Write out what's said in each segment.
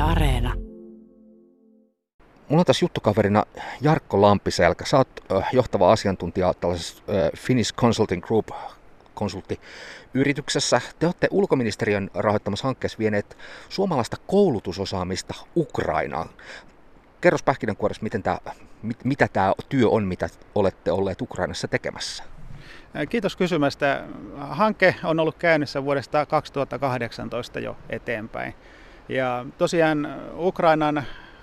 Areena. Mulla on tässä juttukaverina Jarkko Lampiselkä. Sä oot johtava asiantuntija tällaisessa Finnish Consulting Group konsulttiyrityksessä. Te olette ulkoministeriön rahoittamassa hankkeessa vieneet suomalaista koulutusosaamista Ukrainaan. Kerros pähkinänkuoressa, mitä tämä työ on, mitä olette olleet Ukrainassa tekemässä? Kiitos kysymästä. Hanke on ollut käynnissä vuodesta 2018 jo eteenpäin. Ja tosiaan Ukrainan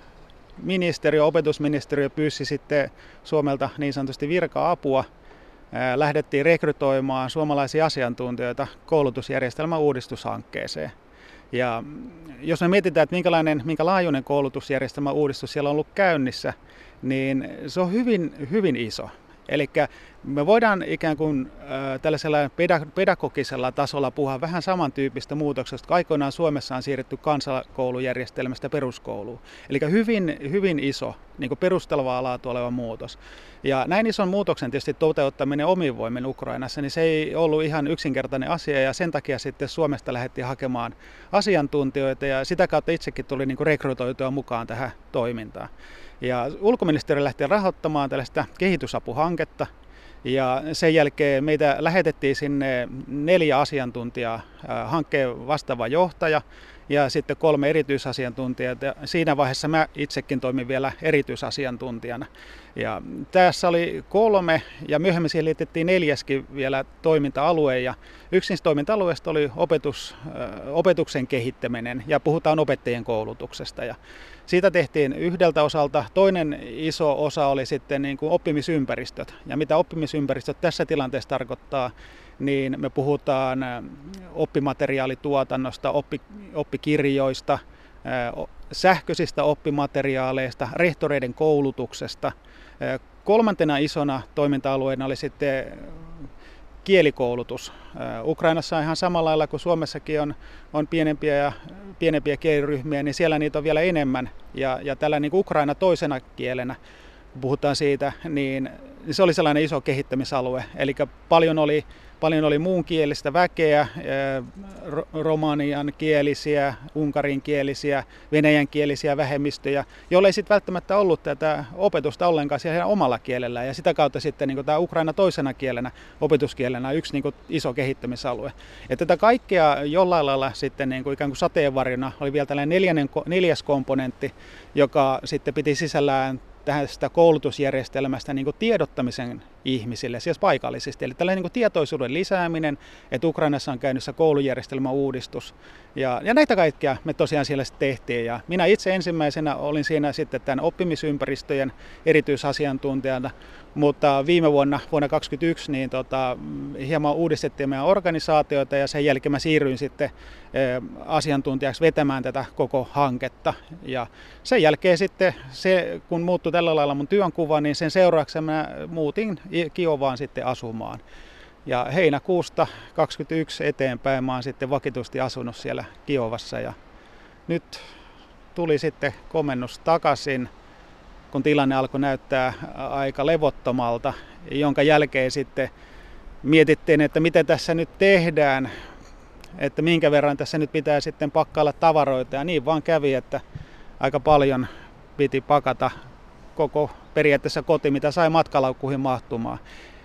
opetusministeriö pyysi sitten Suomelta niin sanotusti virka-apua. Lähdettiin rekrytoimaan suomalaisia asiantuntijoita koulutusjärjestelmän uudistushankkeeseen. Ja jos me mietitään, että minkä laajuinen koulutusjärjestelmän uudistus siellä on ollut käynnissä, niin se on hyvin, hyvin iso. Eli me voidaan ikään kuin tällaisella pedagogisella tasolla puhua vähän samantyyppistä muutoksesta, kun aikoinaan Suomessa on siirretty kansakoulujärjestelmästä peruskouluun. Eli hyvin, hyvin iso niin kuin perustavaa laatua oleva muutos. Ja näin ison muutoksen tietysti toteuttaminen omin voimin Ukrainassa, niin se ei ollut ihan yksinkertainen asia, ja sen takia sitten Suomesta lähdettiin hakemaan asiantuntijoita, ja sitä kautta itsekin tuli niin kuin rekrytoitua mukaan tähän toimintaan. Ja ulkoministeriö lähti rahoittamaan tällaista kehitysapuhanketta, ja sen jälkeen meitä lähetettiin sinne 4 asiantuntijaa, hankkeen vastaava johtaja ja sitten 3 erityisasiantuntijaa. Siinä vaiheessa mä itsekin toimin vielä erityisasiantuntijana. Ja tässä oli 3 ja myöhemmin siihen liitettiin 4. vielä toiminta-alue. Ja yksi niistä toiminta-alueista oli opetuksen kehittäminen, ja puhutaan opettajien koulutuksesta. Ja siitä tehtiin yhdeltä osalta. Toinen iso osa oli sitten niin kuin oppimisympäristöt. Ja mitä oppimisympäristöt tässä tilanteessa tarkoittaa, niin me puhutaan oppimateriaalituotannosta, oppikirjoista, sähköisistä oppimateriaaleista, rehtoreiden koulutuksesta. 3. isona toiminta-alueena oli sitten kielikoulutus. Ukrainassa on ihan samalla lailla kuin Suomessakin on pienempiä kieliryhmiä, niin siellä niitä on vielä enemmän. Ja tällä niin kuin Ukraina toisena kielenä, kun puhutaan siitä, niin se oli sellainen iso kehittämisalue. Eli paljon oli muunkielistä väkeä, romanian kielisiä, unkarin kielisiä, venäjän kielisiä vähemmistöjä, joilla ei sitten välttämättä ollut tätä opetusta ollenkaan siellä omalla kielellään. Ja sitä kautta sitten niin tämä Ukraina toisena kielenä, opetuskielenä, yksi niin iso kehittämisalue. Ja tätä kaikkea jollain lailla sitten niin ikään kuin sateenvarjona oli vielä tällainen 4. komponentti, joka sitten piti sisällään tästä koulutusjärjestelmästä niin kuin tiedottamisen ihmisille, siis paikallisesti. Eli tällainen niin kuin tietoisuuden lisääminen, että Ukrainassa on käynnissä koulujärjestelmän uudistus. Ja näitä kaikkea me tosiaan siellä sitten tehtiin. Ja minä itse ensimmäisenä olin siinä sitten tämän oppimisympäristöjen erityisasiantuntijana, mutta viime vuonna 2021, niin hieman uudistettiin meidän organisaatioita, ja sen jälkeen mä siirryin sitten asiantuntijaksi vetämään tätä koko hanketta. Ja sen jälkeen sitten, kun muuttui tällä lailla mun työnkuva, niin sen seurauksena mä muutin Kiovaan sitten asumaan. Ja heinäkuusta 2021 eteenpäin mä oon sitten vakituisesti asunut siellä Kiovassa, ja nyt tuli sitten komennus takaisin, kun tilanne alkoi näyttää aika levottomalta, jonka jälkeen sitten mietittiin, että mitä tässä nyt tehdään, että minkä verran tässä nyt pitää sitten pakkailla tavaroita, ja niin vaan kävi, että aika paljon piti pakata koko periaatteessa koti, mitä sai matkalaukkuihin mahtumaan.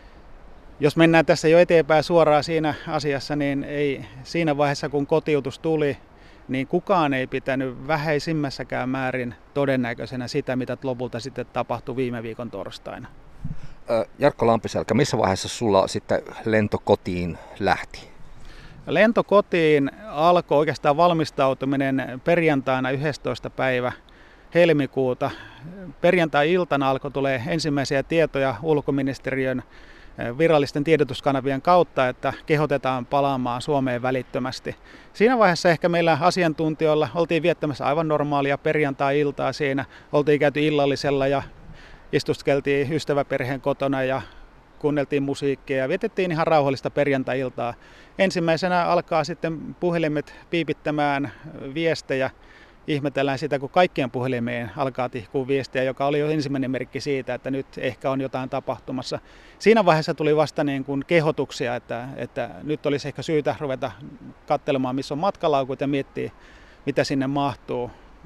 Jos mennään tässä jo eteenpäin suoraan siinä asiassa, niin ei siinä vaiheessa, kun kotiutus tuli, niin kukaan ei pitänyt vähäisimmässäkään määrin todennäköisenä sitä, mitä lopulta sitten tapahtui viime viikon torstaina. Jarkko Lampiselkä, missä vaiheessa sulla sitten lento kotiin lähti? Lento kotiin alkoi oikeastaan valmistautuminen perjantaina 11. päivä helmikuuta. Perjantai-iltana alkoi tulee ensimmäisiä tietoja ulkoministeriön virallisten tiedotuskanavien kautta, että kehotetaan palaamaan Suomeen välittömästi. Siinä vaiheessa ehkä meillä asiantuntijoilla oltiin viettämässä aivan normaalia perjantai-iltaa siinä. Oltiin käyty illallisella ja istuskeltiin ystäväperheen kotona ja kuunneltiin musiikkia ja vietettiin ihan rauhallista perjantai-iltaa. Ensimmäisenä alkaa sitten puhelimet piipittämään viestejä. Ihmetellään sitä, kun kaikkien puhelimeen alkaa tihkua viestiä, joka oli jo ensimmäinen merkki siitä, että nyt ehkä on jotain tapahtumassa. Siinä vaiheessa tuli vasta niin kuin kehotuksia, että nyt olisi ehkä syytä ruveta katselemaan, missä on matkalaukut, ja miettiä, mitä sinne mahtuu.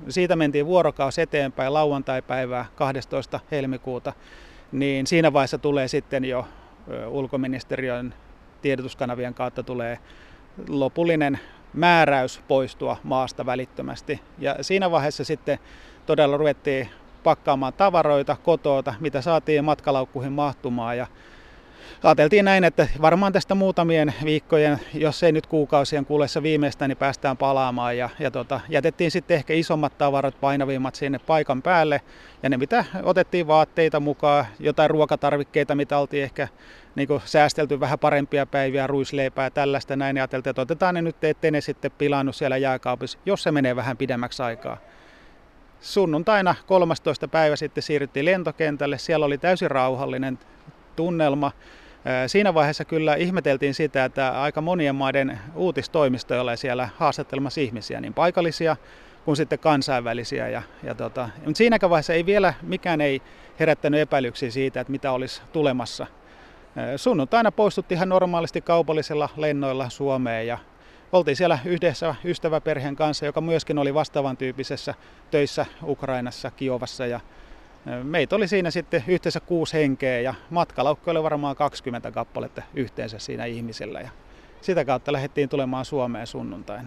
Siitä mentiin vuorokausi eteenpäin lauantaipäivää 12. helmikuuta, niin siinä vaiheessa tulee sitten jo ulkoministeriön tiedotuskanavien kautta tulee lopullinen määräys poistua maasta välittömästi. Ja siinä vaiheessa sitten todella ruvettiin pakkaamaan tavaroita kotoota, mitä saatiin matkalaukkuihin mahtumaan. Ja ajateltiin näin, että varmaan tästä muutamien viikkojen, jos ei nyt kuukausien kuluessa viimeistään, niin päästään palaamaan. Jätettiin sitten ehkä isommat tavarat, painavimmat sinne paikan päälle. Ja ne mitä otettiin vaatteita mukaan, jotain ruokatarvikkeita, mitä oltiin ehkä niin kuin säästelty vähän parempia päiviä, ruisleipää tällaista näin. Ja ajateltiin, että otetaan ne nyt, ettei ne sitten pilannut siellä jääkaapissa, jos se menee vähän pidemmäksi aikaa. Sunnuntaina 13. päivä sitten siirryttiin lentokentälle. Siellä oli täysin rauhallinen tunnelma. Siinä vaiheessa kyllä ihmeteltiin sitä, että aika monien maiden uutistoimistoilla oli siellä haastattelemassa ihmisiä, niin paikallisia kuin sitten kansainvälisiä. Mutta siinäkään vaiheessa mikään ei herättänyt epäilyksiä siitä, että mitä olisi tulemassa. Sunnuntaina poistuttiin ihan normaalisti kaupallisilla lennoilla Suomeen ja oltiin siellä yhdessä ystäväperheen kanssa, joka myöskin oli vastaavan tyyppisessä töissä Ukrainassa, Kiovassa. Ja meitä oli siinä sitten yhteensä 6 henkeä ja matkalaukkuja oli varmaan 20 kappaletta yhteensä siinä ihmisillä. Ja sitä kautta lähdettiin tulemaan Suomeen sunnuntaina.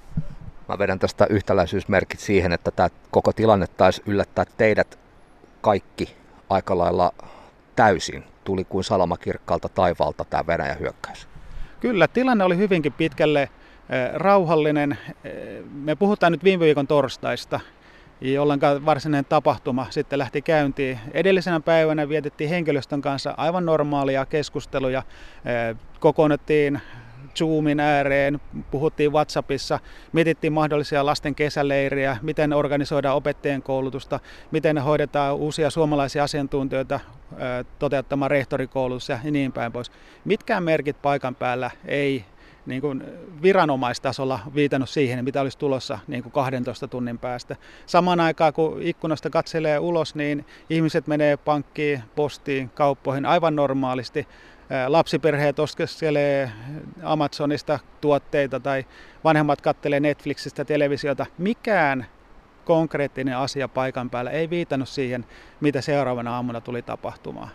Mä vedän tästä yhtäläisyysmerkit siihen, että tämä koko tilanne taisi yllättää teidät kaikki aika lailla täysin. Tuli kuin salamakirkkaalta taivaalta tämä Venäjän hyökkäys. Kyllä, tilanne oli hyvinkin pitkälle rauhallinen. Me puhutaan nyt viime viikon torstaista, jolloin varsinainen tapahtuma sitten lähti käyntiin. Edellisenä päivänä vietettiin henkilöstön kanssa aivan normaalia keskusteluja. Kokoonnuttiin Zoomin ääreen, puhuttiin WhatsAppissa, mietittiin mahdollisia lasten kesäleiriä, miten organisoidaan opettajien koulutusta, miten hoidetaan uusia suomalaisia asiantuntijoita toteuttamaan rehtorikoulutus ja niin päin pois. Mitkään merkit paikan päällä ei niin kuin viranomaistasolla viitannut siihen, mitä olisi tulossa niin kuin 12 tunnin päästä. Samaan aikaan, kun ikkunasta katselee ulos, niin ihmiset menee pankkiin, postiin, kauppoihin aivan normaalisti. Lapsiperheet oskeskelee Amazonista tuotteita tai vanhemmat katselee Netflixistä televisiota. Mikään konkreettinen asia paikan päällä ei viitannut siihen, mitä seuraavana aamuna tuli tapahtumaan.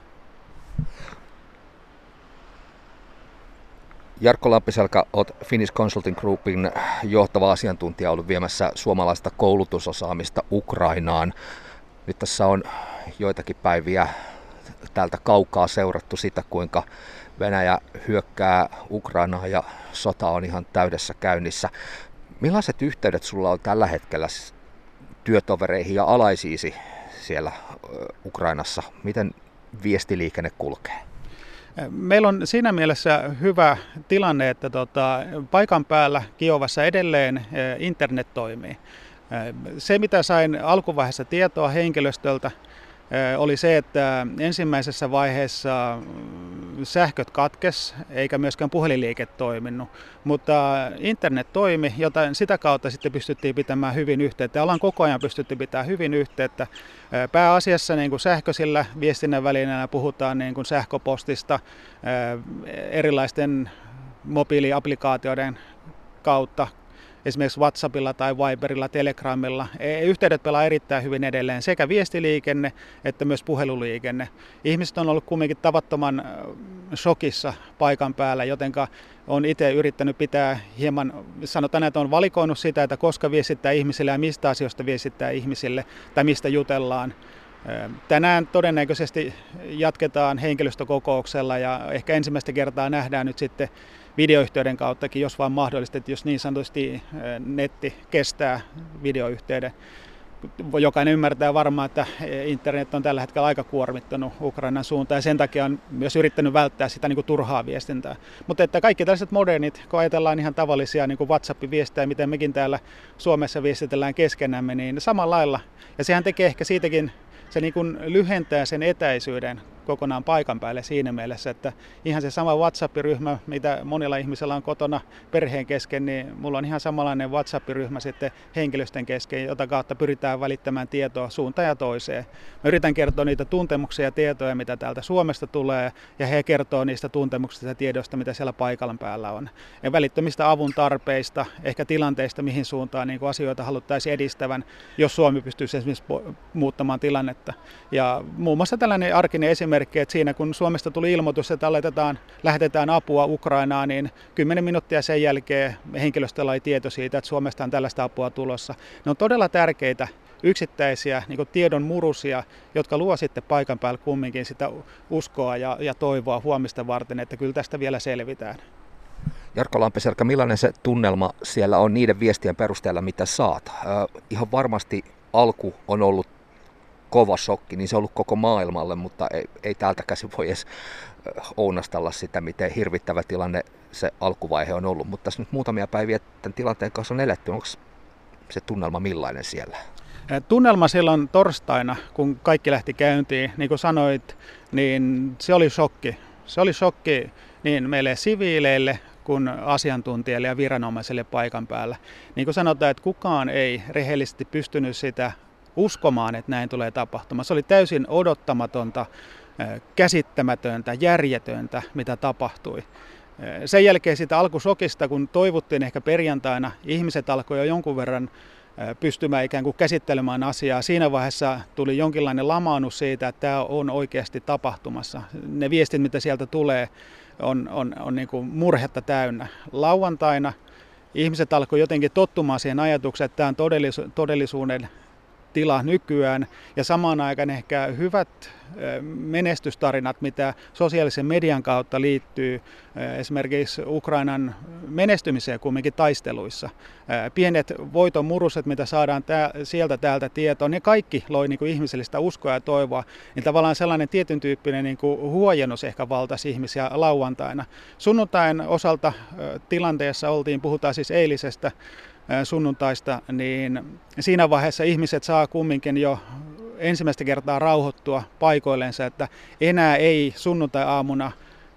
Jarkko Lampiselkä, olet Finnish Consulting Groupin johtava asiantuntija, ollut viemässä suomalaista koulutusosaamista Ukrainaan. Nyt tässä on joitakin päiviä täältä kaukaa seurattu sitä, kuinka Venäjä hyökkää Ukrainaan ja sota on ihan täydessä käynnissä. Millaiset yhteydet sulla on tällä hetkellä työtovereihin ja alaisiisi siellä Ukrainassa? Miten viestiliikenne kulkee? Meillä on siinä mielessä hyvä tilanne, että paikan päällä Kiovassa edelleen internet toimii. Se, mitä sain alkuvaiheessa tietoa henkilöstöltä, oli se, että ensimmäisessä vaiheessa sähköt katkes, eikä myöskään puhelinliike toiminut, mutta internet toimi, jota sitä kautta sitten pystyttiin pitämään hyvin yhteyttä. Ollaan koko ajan pystytty pitämään hyvin yhteyttä. Pääasiassa niin kuin sähköisillä viestinnän välineillä puhutaan niin kuin sähköpostista, erilaisten mobiiliaplikaatioiden kautta, esimerkiksi WhatsAppilla tai Viberilla, Telegramilla. Yhteydet pelaa erittäin hyvin edelleen, sekä viestiliikenne että myös puheluliikenne. Ihmiset on ollut kumminkin tavattoman shokissa paikan päällä, jotenka on itse yrittänyt pitää hieman, sanotaan, että on valikoinut sitä, että koska viestittää ihmisille ja mistä asioista viestittää ihmisille tai mistä jutellaan. Tänään todennäköisesti jatketaan henkilöstökokouksella ja ehkä ensimmäistä kertaa nähdään nyt sitten videoyhteyden kauttakin, jos vaan mahdollista, että jos niin sanotusti netti kestää videoyhteyden. Jokainen ymmärtää varmaan, että internet on tällä hetkellä aika kuormittunut Ukrainan suuntaan ja sen takia on myös yrittänyt välttää sitä niin kuin turhaa viestintää. Mutta että kaikki tällaiset modernit, kun ajatellaan ihan tavallisia niin kuin WhatsApp-viestejä, miten mekin täällä Suomessa viestitellään keskenämme, niin samalla lailla. Ja sehän tekee ehkä siitäkin se niin kuin lyhentää sen etäisyyden kokonaan paikan päälle siinä mielessä, että ihan se sama WhatsApp-ryhmä, mitä monilla ihmisillä on kotona perheen kesken, niin mulla on ihan samanlainen WhatsApp-ryhmä sitten henkilöstön kesken, jota kautta pyritään välittämään tietoa suuntaan ja toiseen. Mä yritän kertoa niitä tuntemuksia ja tietoja, mitä täältä Suomesta tulee, ja he kertoo niistä tuntemuksista ja tiedoista, mitä siellä paikan päällä on. Ja välittömistä avun tarpeista, ehkä tilanteista, mihin suuntaan niin asioita haluttaisiin edistävän, jos Suomi pystyisi esimerkiksi muuttamaan tilannetta. Ja muun muassa tällainen arkinen esimerkki, että siinä kun Suomesta tuli ilmoitus, että lähetetään apua Ukrainaan, niin 10 minuuttia sen jälkeen henkilöstöllä oli tieto siitä, että Suomesta on tällaista apua tulossa. Ne on todella tärkeitä yksittäisiä niin kuin tiedon murusia, jotka luo sitten paikan päällä kumminkin sitä uskoa ja toivoa huomista varten, että kyllä tästä vielä selvitään. Jarkko Lampiselkä, millainen se tunnelma siellä on niiden viestien perusteella, mitä saat? Ihan varmasti alku on ollut kova shokki, niin se on ollut koko maailmalle, mutta ei täältä käsin voi edes ounastella sitä, miten hirvittävä tilanne se alkuvaihe on ollut. Mutta tässä nyt muutamia päiviä tämän tilanteen kanssa on eletty. Onko se tunnelma millainen siellä? Tunnelma silloin torstaina, kun kaikki lähti käyntiin, niin kuin sanoit, niin se oli shokki. Se oli shokki niin meille siviileille kuin asiantuntijoille ja viranomaisille paikan päällä. Niin kuin sanotaan, että kukaan ei rehellisesti pystynyt sitä uskomaan, että näin tulee tapahtumaan. Se oli täysin odottamatonta, käsittämätöntä, järjetöntä, mitä tapahtui. Sen jälkeen sitä alkusokista, kun toivottiin ehkä perjantaina, ihmiset alkoi jo jonkun verran pystymään ikään kuin käsittelemään asiaa. Siinä vaiheessa tuli jonkinlainen lamaannus siitä, että tämä on oikeasti tapahtumassa. Ne viestit, mitä sieltä tulee, on niin kuin murhetta täynnä. Lauantaina ihmiset alkoi jotenkin tottumaan siihen ajatukseen, että tämä on todellisuuden tila nykyään, ja samaan aikaan ehkä hyvät menestystarinat, mitä sosiaalisen median kautta liittyy esimerkiksi Ukrainan menestymiseen kumminkin taisteluissa. Pienet voiton muruset, mitä saadaan sieltä täältä tietoon, ne kaikki loi niin kuin ihmisellistä uskoa ja toivoa, niin tavallaan sellainen tietyn tyyppinen niin kuin huojennus ehkä valtasi ihmisiä lauantaina. Sunnuntain osalta tilanteessa puhutaan siis eilisestä sunnuntaista, niin siinä vaiheessa ihmiset saa kumminkin jo ensimmäistä kertaa rauhoittua paikoillensa, että enää ei sunnuntai-aamuna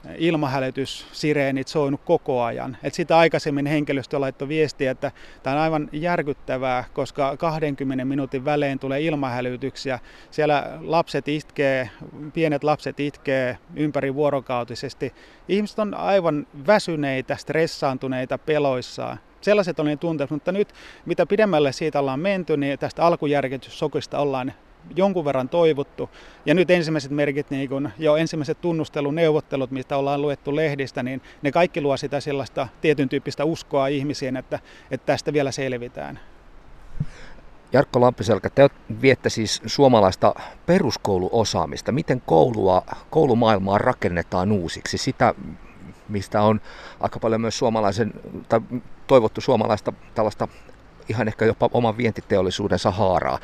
ilmahälytyssireenit soinut koko ajan. Et sitä aikaisemmin henkilöstö laittoi viestiä, että tämä on aivan järkyttävää, koska 20 minuutin välein tulee ilmahälytyksiä. Siellä lapset itkee, pienet lapset itkee ympärivuorokautisesti. Ihmiset on aivan väsyneitä, stressaantuneita, peloissaan. Sellaiset oli ne tunteet, mutta nyt mitä pidemmälle siitä ollaan menty, niin tästä alkujärkytyssokista ollaan jonkun verran toivottu. Ja nyt ensimmäiset merkit, niin kun jo ensimmäiset tunnusteluneuvottelut, mistä ollaan luettu lehdistä, niin ne kaikki luo sitä sellaista tietyn tyyppistä uskoa ihmisiin, että tästä vielä selvitään. Jarkko Lampiselkä, te viette siis suomalaista peruskouluosaamista. Miten koulumaailmaa rakennetaan uusiksi? Sitä, mistä on aika paljon myös toivottu suomalaista tällaista ihan ehkä jopa oman vientiteollisuudensa haaraa.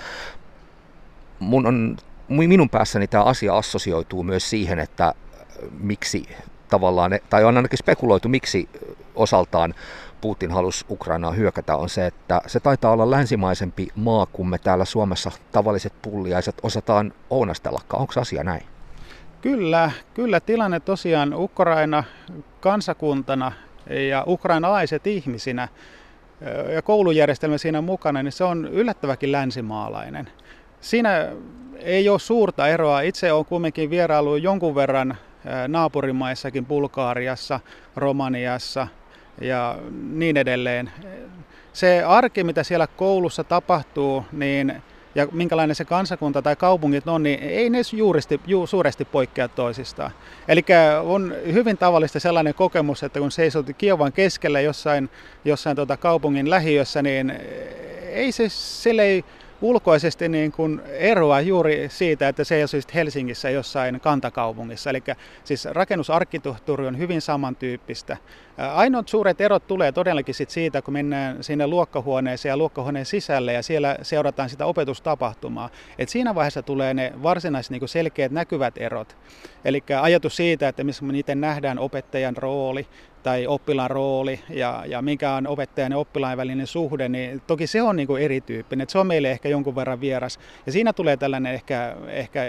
Minun päässäni tämä asia assosioituu myös siihen, että miksi tavallaan, tai on ainakin spekuloitu, miksi osaltaan Putin halusi Ukrainaan hyökätä, on se, että se taitaa olla länsimaisempi maa, kun me täällä Suomessa tavalliset pulliaiset osataan ounastellakaan. Onko asia näin? Kyllä tilanne tosiaan Ukraina kansakuntana ja ukrainalaiset ihmisinä ja koulujärjestelmä siinä mukana, niin se on yllättäväkin länsimaalainen. Siinä ei ole suurta eroa. Itse olen kuitenkin vieraillut jonkun verran naapurimaissakin, Bulgariassa, Romaniassa ja niin edelleen. Se arki, mitä siellä koulussa tapahtuu, niin ja minkälainen se kansakunta tai kaupungit on, niin ei ne suuresti poikkea toisistaan. Eli on hyvin tavallista sellainen kokemus, että kun seisot Kiovan keskellä jossain kaupungin lähiössä, niin ei sille ei ulkoisesti niin kuin eroa juuri siitä, että se ei ole siis Helsingissä jossain kantakaupungissa. Eli siis rakennusarkkitehtuuri on hyvin samantyyppistä. Ainoat suuret erot tulee todellakin siitä, kun mennään sinne luokkahuoneeseen ja luokkahuoneen sisälle ja siellä seurataan sitä opetustapahtumaa. Et siinä vaiheessa tulee ne varsinaiset niin kuin selkeät näkyvät erot. Eli ajatus siitä, että missä me itse nähdään opettajan rooli, tai oppilaan rooli ja mikä on opettajan ja oppilaan välinen suhde, niin toki se on niin kuin erityyppinen. Että se on meille ehkä jonkun verran vieras. Ja siinä tulee tällainen ehkä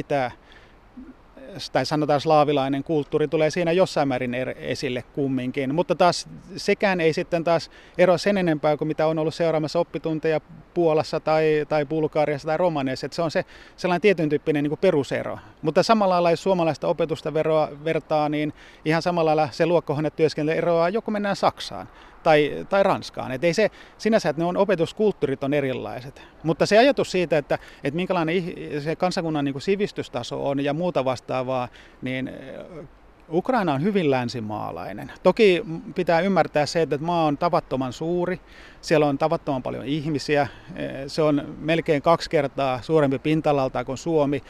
tai sanotaan slaavilainen kulttuuri tulee siinä jossain määrin esille kumminkin. Mutta taas sekään ei sitten taas eroa sen enempää kuin mitä on ollut seuraamassa oppitunteja Puolassa tai Bulgariassa tai Romaniassa. Että se on sellainen tietyn tyyppinen niin kuin perusero. Mutta samalla lailla, jos suomalaista opetusta vertaa, niin ihan samalla lailla se luokkahuonetyöskentely eroaa, joko mennään Saksaan tai Ranskaan. Et ei se sinänsä, että opetuskulttuurit on erilaiset. Mutta se ajatus siitä, että minkälainen se kansakunnan niin kuin sivistystaso on ja muuta vastaavaa, niin Ukraina on hyvin länsimaalainen. Toki pitää ymmärtää se, että maa on tavattoman suuri, siellä on tavattoman paljon ihmisiä, se on melkein 2 kertaa suurempi pinta-alalta kuin Suomi.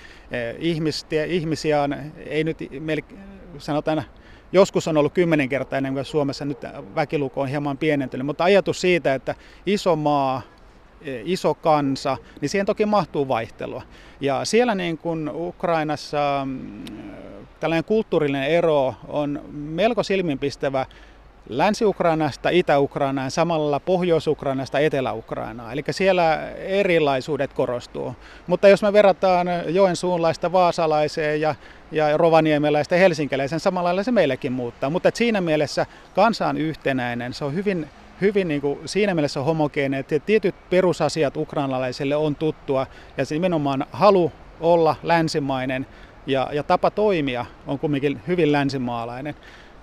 Ihmisiä on, ei nyt sanotaan, joskus on ollut 10 kertaa enemmän kuin Suomessa, nyt väkiluku on hieman pienentynyt, mutta ajatus siitä, että iso maa, iso kansa, niin siihen toki mahtuu vaihtelua. Ja siellä niin kuin Ukrainassa tällainen kulttuurinen ero on melko silmiinpistävä Länsi-Ukrainasta Itä-Ukrainaan ja samalla Pohjois-Ukrainasta Etelä-Ukrainaan. Eli siellä erilaisuudet korostuu. Mutta jos me verrataan joensuunlaista vaasalaiseen ja rovaniemeläistä helsinkiläisen, samalla lailla se meillekin muuttaa. Mutta siinä mielessä kansa on yhtenäinen, se on hyvin niin kuin, siinä mielessä homogeeninen, että tietyt perusasiat ukrainalaisille on tuttua ja se nimenomaan halu olla länsimainen ja tapa toimia on kuitenkin hyvin länsimaalainen.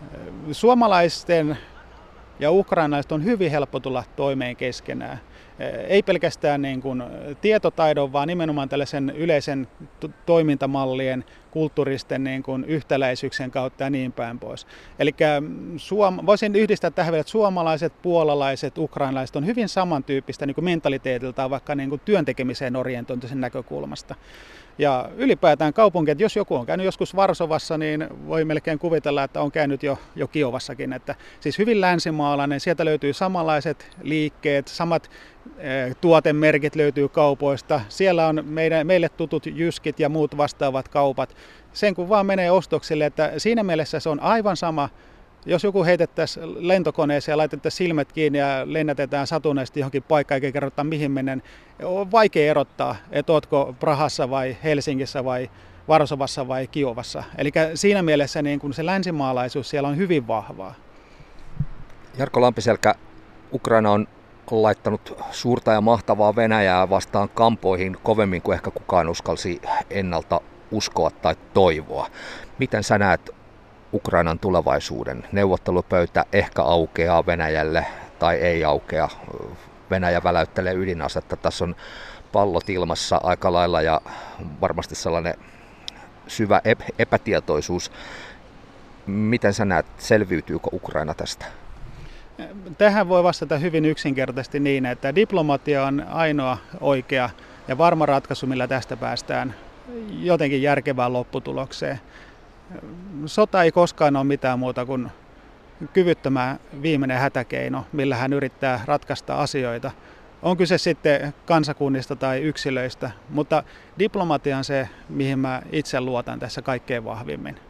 Suomalaisten ja ukrainalaiset on hyvin helppo tulla toimeen keskenään. Ei pelkästään niin kuin tietotaidon, vaan nimenomaan tällaisen yleisen toimintamallien, kulttuuristen niin kuin yhtäläisyyksien kautta ja niin päin pois. Eli voisin yhdistää tähän vielä, että suomalaiset, puolalaiset, ukrainalaiset on hyvin samantyyppistä niin kuin mentaliteetiltaan vaikka niin kuin työntekemiseen orientointisen näkökulmasta. Ja ylipäätään kaupunki, että jos joku on käynyt joskus Varsovassa, niin voi melkein kuvitella, että on käynyt jo Kiovassakin. Että siis hyvin länsimaalainen, sieltä löytyy samanlaiset liikkeet, samat tuotemerkit löytyy kaupoista. Siellä on meille tutut Jyskit ja muut vastaavat kaupat. Sen kun vaan menee ostoksille, että siinä mielessä se on aivan sama. Jos joku heitettäisiin lentokoneeseen ja laitettaisiin silmät kiinni ja lennätetään satunnaisesti johonkin paikkaan eikä kerrota mihin menen, on vaikea erottaa, että oletko Prahassa vai Helsingissä vai Varsovassa vai Kiovassa. Eli siinä mielessä niin kun se länsimaalaisuus siellä on hyvin vahvaa. Jarkko Lampiselkä, Ukraina on laittanut suurta ja mahtavaa Venäjää vastaan kampoihin kovemmin kuin ehkä kukaan uskalsi ennalta uskoa tai toivoa. Miten sä näet Ukrainan tulevaisuuden? Neuvottelupöytä ehkä aukeaa Venäjälle tai ei aukea. Venäjä väläyttelee ydinasetta. Tässä on pallot ilmassa aika lailla ja varmasti sellainen syvä epätietoisuus. Miten sä näet, selviytyykö Ukraina tästä? Tähän voi vastata hyvin yksinkertaisesti niin, että diplomatia on ainoa oikea ja varma ratkaisu, millä tästä päästään jotenkin järkevään lopputulokseen. Sota ei koskaan ole mitään muuta kuin kyvyttömän viimeinen hätäkeino, millä hän yrittää ratkaista asioita. On kyse sitten kansakunnista tai yksilöistä, mutta diplomatia on se, mihin mä itse luotan tässä kaikkein vahvimmin.